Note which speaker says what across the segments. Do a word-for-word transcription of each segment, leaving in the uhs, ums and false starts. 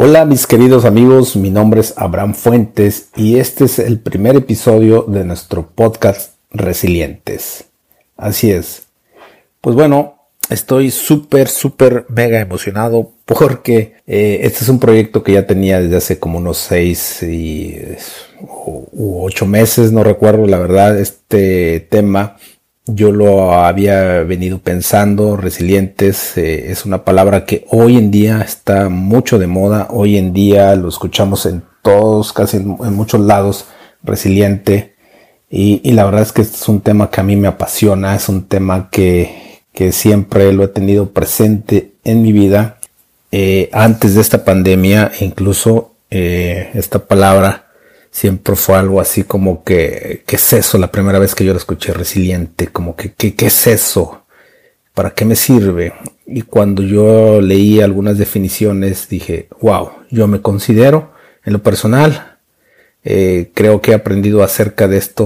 Speaker 1: Hola mis queridos amigos, mi nombre es Abraham Fuentes y este es el primer episodio de nuestro podcast Resilientes. Así es. Pues bueno, estoy súper, súper mega emocionado porque eh, este es un proyecto que ya tenía desde hace como unos seis y, u, u ocho meses, no recuerdo la verdad. Este tema yo lo había venido pensando. Resilientes eh, es una palabra que hoy en día está mucho de moda. Hoy en día lo escuchamos en todos, casi en, en muchos lados, resiliente. Y, y la verdad es que este es un tema que a mí me apasiona. Es un tema que, que siempre lo he tenido presente en mi vida. Eh, antes de esta pandemia, incluso eh, esta palabra siempre fue algo así como que, ¿qué es eso? La primera vez que yo lo escuché, resiliente, como que, ¿qué, qué es eso? ¿Para qué me sirve? Y cuando yo leí algunas definiciones dije, wow, yo me considero, en lo personal, eh, creo que he aprendido acerca de esto,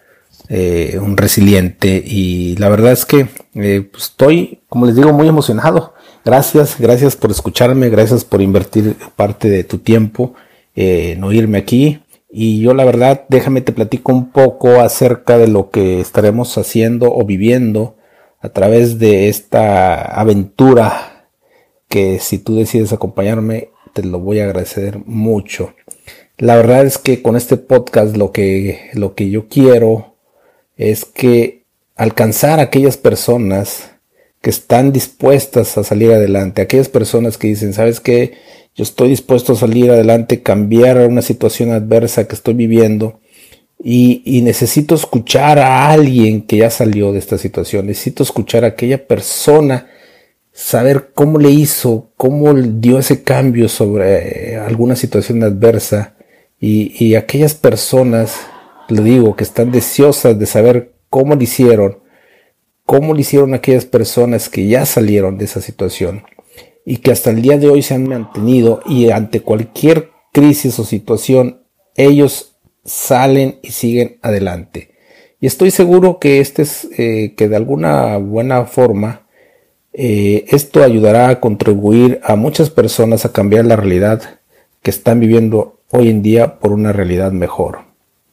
Speaker 1: eh, un resiliente, y la verdad es que eh, pues estoy, como les digo, muy emocionado. Gracias, gracias por escucharme, gracias por invertir parte de tu tiempo eh, en oírme aquí. Y yo la verdad, déjame te platico un poco acerca de lo que estaremos haciendo o viviendo a través de esta aventura que si tú decides acompañarme, te lo voy a agradecer mucho. La verdad es que con este podcast lo que, lo que yo quiero es que alcanzar a aquellas personas que están dispuestas a salir adelante, aquellas personas que dicen, ¿sabes qué? Yo estoy dispuesto a salir adelante, cambiar una situación adversa que estoy viviendo y, y necesito escuchar a alguien que ya salió de esta situación. Necesito escuchar a aquella persona, saber cómo le hizo, cómo dio ese cambio sobre eh, alguna situación adversa y, y aquellas personas, le digo, que están deseosas de saber cómo le hicieron, cómo le hicieron aquellas personas que ya salieron de esa situación y que hasta el día de hoy se han mantenido y ante cualquier crisis o situación ellos salen y siguen adelante. Y estoy seguro que este es eh, que de alguna buena forma eh, esto ayudará a contribuir a muchas personas a cambiar la realidad que están viviendo hoy en día por una realidad mejor.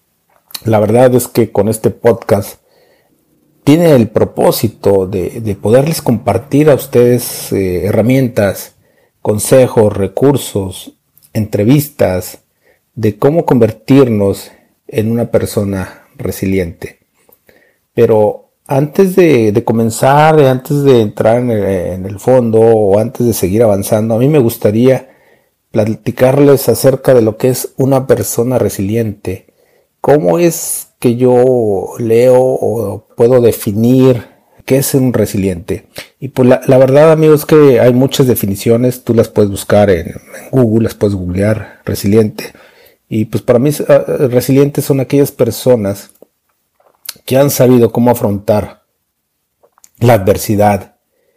Speaker 1: La verdad es que con este podcast tiene el propósito de, de poderles compartir a ustedes eh, herramientas, consejos, recursos, entrevistas de cómo convertirnos en una persona resiliente. Pero antes de, de comenzar, antes de entrar en el, en el fondo o antes de seguir avanzando, a mí me gustaría platicarles acerca de lo que es una persona resiliente. ¿Cómo es que yo leo o puedo definir qué es un resiliente? Y pues la, la verdad, amigos, que hay muchas definiciones. Tú las puedes buscar en, en Google, las puedes googlear, resiliente. Y pues para mí uh, resilientes son aquellas personas que han sabido cómo afrontar la adversidad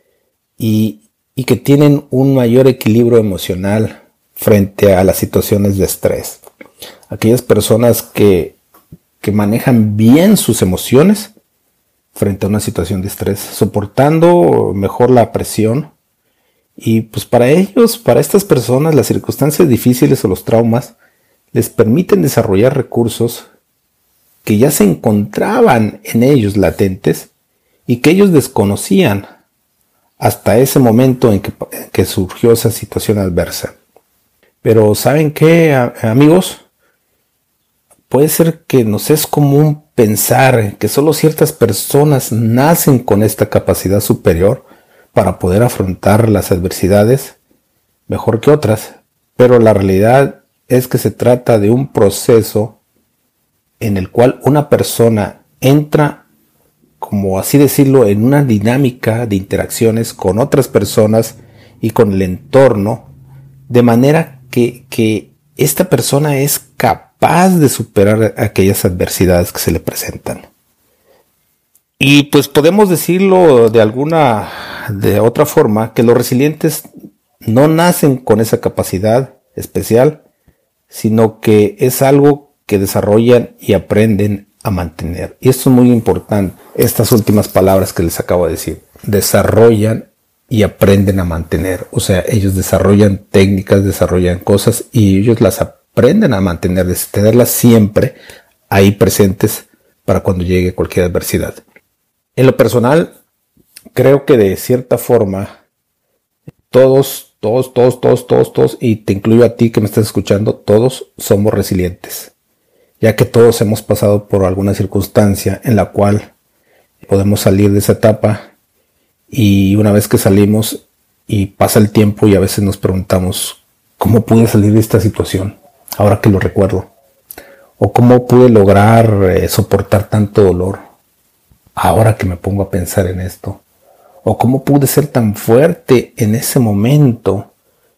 Speaker 1: y, y que tienen un mayor equilibrio emocional frente a las situaciones de estrés. Aquellas personas que, que manejan bien sus emociones frente a una situación de estrés, soportando mejor la presión. Y pues para ellos, para estas personas, las circunstancias difíciles o los traumas les permiten desarrollar recursos que ya se encontraban en ellos latentes y que ellos desconocían hasta ese momento en que, que surgió esa situación adversa. Pero ¿saben qué, amigos? Puede ser que nos es común pensar que solo ciertas personas nacen con esta capacidad superior para poder afrontar las adversidades mejor que otras, pero la realidad es que se trata de un proceso en el cual una persona entra, como así decirlo, en una dinámica de interacciones con otras personas y con el entorno, de manera que, que esta persona es capaz capaz de superar aquellas adversidades que se le presentan. Y pues podemos decirlo de alguna, de otra forma, que los resilientes no nacen con esa capacidad especial, sino que es algo que desarrollan y aprenden a mantener. Y esto es muy importante, estas últimas palabras que les acabo de decir. Desarrollan y aprenden a mantener. O sea, ellos desarrollan técnicas, desarrollan cosas y ellos las aprenden a mantener, de tenerlas siempre ahí presentes para cuando llegue cualquier adversidad. En lo personal, creo que de cierta forma, todos, todos, todos, todos, todos, todos, y te incluyo a ti que me estás escuchando, todos somos resilientes, ya que todos hemos pasado por alguna circunstancia en la cual podemos salir de esa etapa y una vez que salimos y pasa el tiempo y a veces nos preguntamos, ¿cómo pude salir de esta situación? Ahora que lo recuerdo. O cómo pude lograr eh, soportar tanto dolor ahora que me pongo a pensar en esto. O cómo pude ser tan fuerte en ese momento.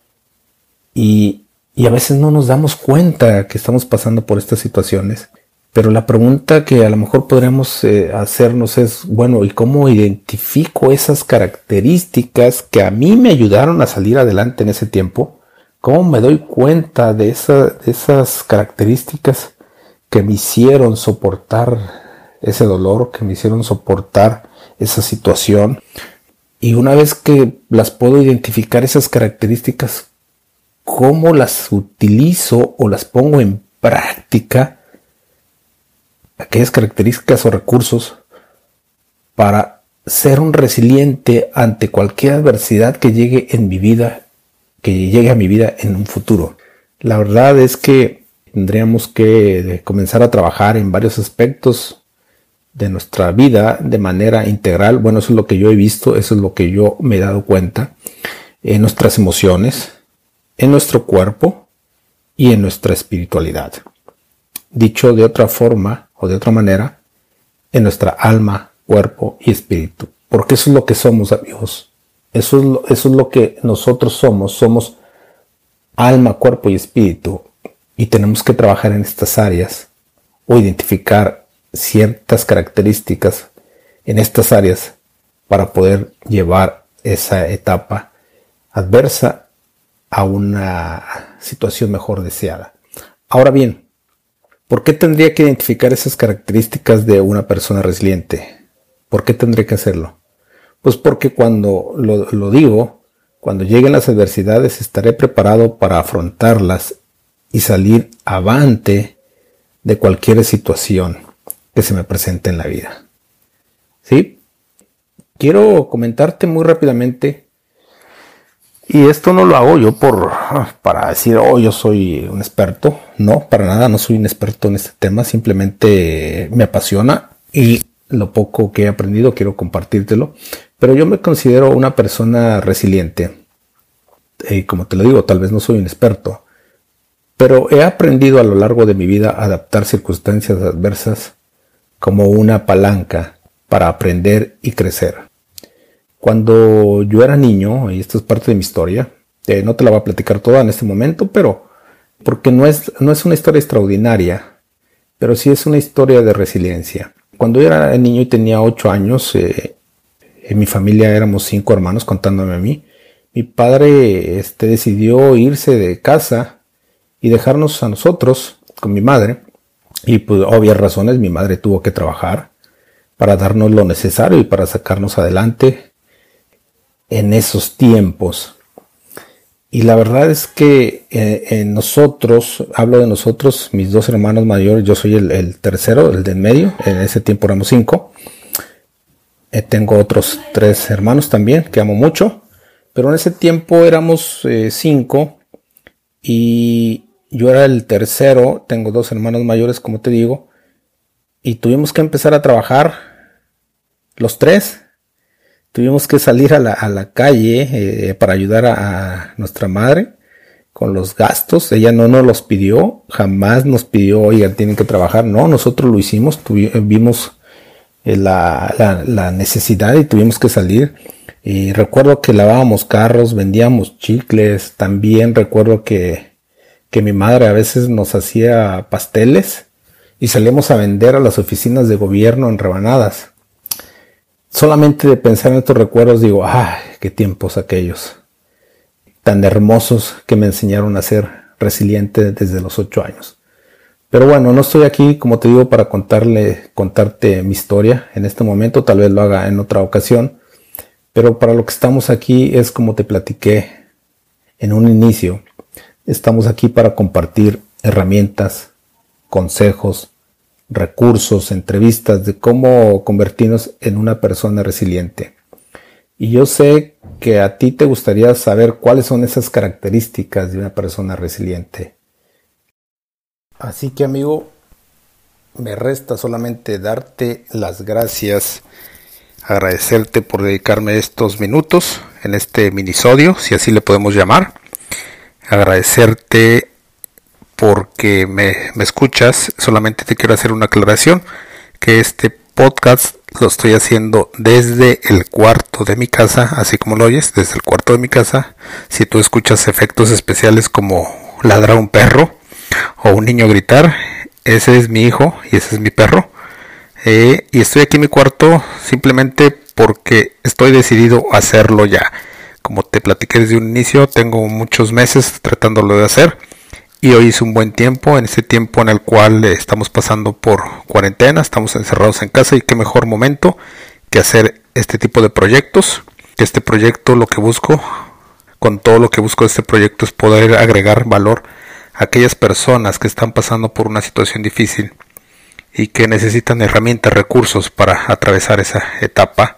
Speaker 1: Y, y a veces no nos damos cuenta que estamos pasando por estas situaciones. Pero la pregunta que a lo mejor podríamos eh, hacernos es, bueno, ¿y cómo identifico esas características que a mí me ayudaron a salir adelante en ese tiempo? ¿Cómo me doy cuenta de, esa, de esas características que me hicieron soportar ese dolor, que me hicieron soportar esa situación? Y una vez que las puedo identificar, esas características, ¿cómo las utilizo o las pongo en práctica? Aquellas características o recursos para ser un resiliente ante cualquier adversidad que llegue en mi vida, que llegue a mi vida en un futuro. La verdad es que tendríamos que comenzar a trabajar en varios aspectos de nuestra vida de manera integral. Bueno, eso es lo que yo he visto, eso es lo que yo me he dado cuenta, en nuestras emociones, en nuestro cuerpo y en nuestra espiritualidad. Dicho de otra forma o de otra manera, en nuestra alma, cuerpo y espíritu. Porque eso es lo que somos, amigos. Eso es lo, eso es lo que nosotros somos. Somos alma, cuerpo y espíritu. Y tenemos que trabajar en estas áreas o identificar ciertas características en estas áreas para poder llevar esa etapa adversa a una situación mejor deseada. Ahora bien, ¿por qué tendría que identificar esas características de una persona resiliente? ¿Por qué tendría que hacerlo? Pues porque cuando lo, lo digo, cuando lleguen las adversidades estaré preparado para afrontarlas y salir avante de cualquier situación que se me presente en la vida. ¿Sí? Quiero comentarte muy rápidamente, y esto no lo hago yo por para decir, oh, yo soy un experto. No, para nada, no soy un experto en este tema, simplemente me apasiona y lo poco que he aprendido quiero compartírtelo. Pero yo me considero una persona resiliente. Y como te lo digo, tal vez no soy un experto, pero he aprendido a lo largo de mi vida a adaptar circunstancias adversas como una palanca para aprender y crecer. Cuando yo era niño, y esto es parte de mi historia, eh, no te la voy a platicar toda en este momento, pero porque no es, no es una historia extraordinaria, pero sí es una historia de resiliencia. Cuando yo era niño y tenía ocho años, eh, en mi familia éramos cinco hermanos contándome a mí. Mi padre este, decidió irse de casa y dejarnos a nosotros con mi madre. Y por obvias razones mi madre tuvo que trabajar para darnos lo necesario y para sacarnos adelante en esos tiempos. Y la verdad es que eh, en nosotros, hablo de nosotros, mis dos hermanos mayores, yo soy el, el tercero, el de en medio, en ese tiempo éramos cinco. Eh, tengo otros tres hermanos también, que amo mucho, pero en ese tiempo éramos eh, cinco y yo era el tercero, tengo dos hermanos mayores, como te digo, y tuvimos que empezar a trabajar los tres. Tuvimos que salir a la, a la calle eh, para ayudar a, a nuestra madre con los gastos. Ella no nos los pidió, jamás nos pidió, oigan, tienen que trabajar. No, nosotros lo hicimos, tuvimos, vimos eh, la, la, la necesidad y tuvimos que salir. Y recuerdo que lavábamos carros, vendíamos chicles. También recuerdo que, que mi madre a veces nos hacía pasteles y salíamos a vender a las oficinas de gobierno en rebanadas. Solamente de pensar en estos recuerdos digo, ¡ay, qué tiempos aquellos! Tan hermosos que me enseñaron a ser resiliente desde los ocho años. Pero bueno, no estoy aquí, como te digo, para contarle, contarte mi historia en este momento. Tal vez lo haga en otra ocasión. Pero para lo que estamos aquí es como te platiqué en un inicio. Estamos aquí para compartir herramientas, consejos, recursos, entrevistas de cómo convertirnos en una persona resiliente. Y yo sé que a ti te gustaría saber cuáles son esas características de una persona resiliente. Así que, amigo, me resta solamente darte las gracias, agradecerte por dedicarme estos minutos en este minisodio, si así le podemos llamar. Agradecerte porque me, me escuchas. Solamente te quiero hacer una aclaración, que este podcast lo estoy haciendo desde el cuarto de mi casa, así como lo oyes, desde el cuarto de mi casa. Si tú escuchas efectos especiales como ladrar un perro o un niño gritar, ese es mi hijo y ese es mi perro. Eh, y estoy aquí en mi cuarto simplemente porque estoy decidido a hacerlo ya. Como te platiqué desde un inicio, tengo muchos meses tratándolo de hacer. Y hoy es un buen tiempo, en este tiempo en el cual estamos pasando por cuarentena, estamos encerrados en casa, y qué mejor momento que hacer este tipo de proyectos. Este proyecto, lo que busco, con todo lo que busco de este proyecto, es poder agregar valor a aquellas personas que están pasando por una situación difícil y que necesitan herramientas, recursos para atravesar esa etapa.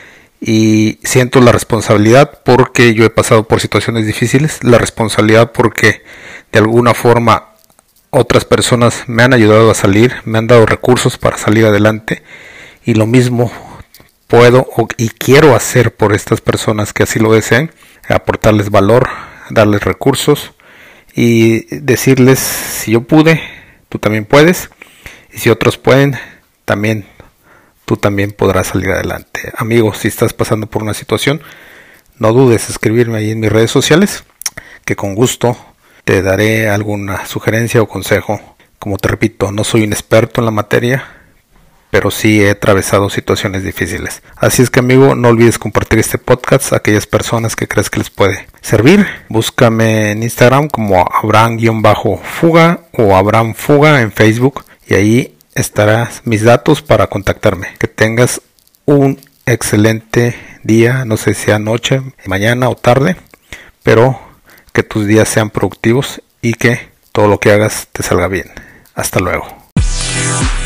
Speaker 1: Y siento la responsabilidad porque yo he pasado por situaciones difíciles, la responsabilidad porque de alguna forma otras personas me han ayudado a salir, me han dado recursos para salir adelante, y lo mismo puedo y quiero hacer por estas personas que así lo deseen, aportarles valor, darles recursos y decirles: si yo pude, tú también puedes, y si otros pueden, también tú también podrás salir adelante. Amigos, si estás pasando por una situación, no dudes en escribirme ahí en mis redes sociales, que con gusto te daré alguna sugerencia o consejo. Como te repito, no soy un experto en la materia, pero sí he atravesado situaciones difíciles. Así es que, amigo, no olvides compartir este podcast a aquellas personas que crees que les puede servir. Búscame en Instagram como Abraham-Fuga o Abraham Fuga en Facebook, y ahí estarán mis datos para contactarme. Que tengas un excelente día, no sé si sea noche, mañana o tarde, pero que tus días sean productivos y que todo lo que hagas te salga bien. Hasta luego.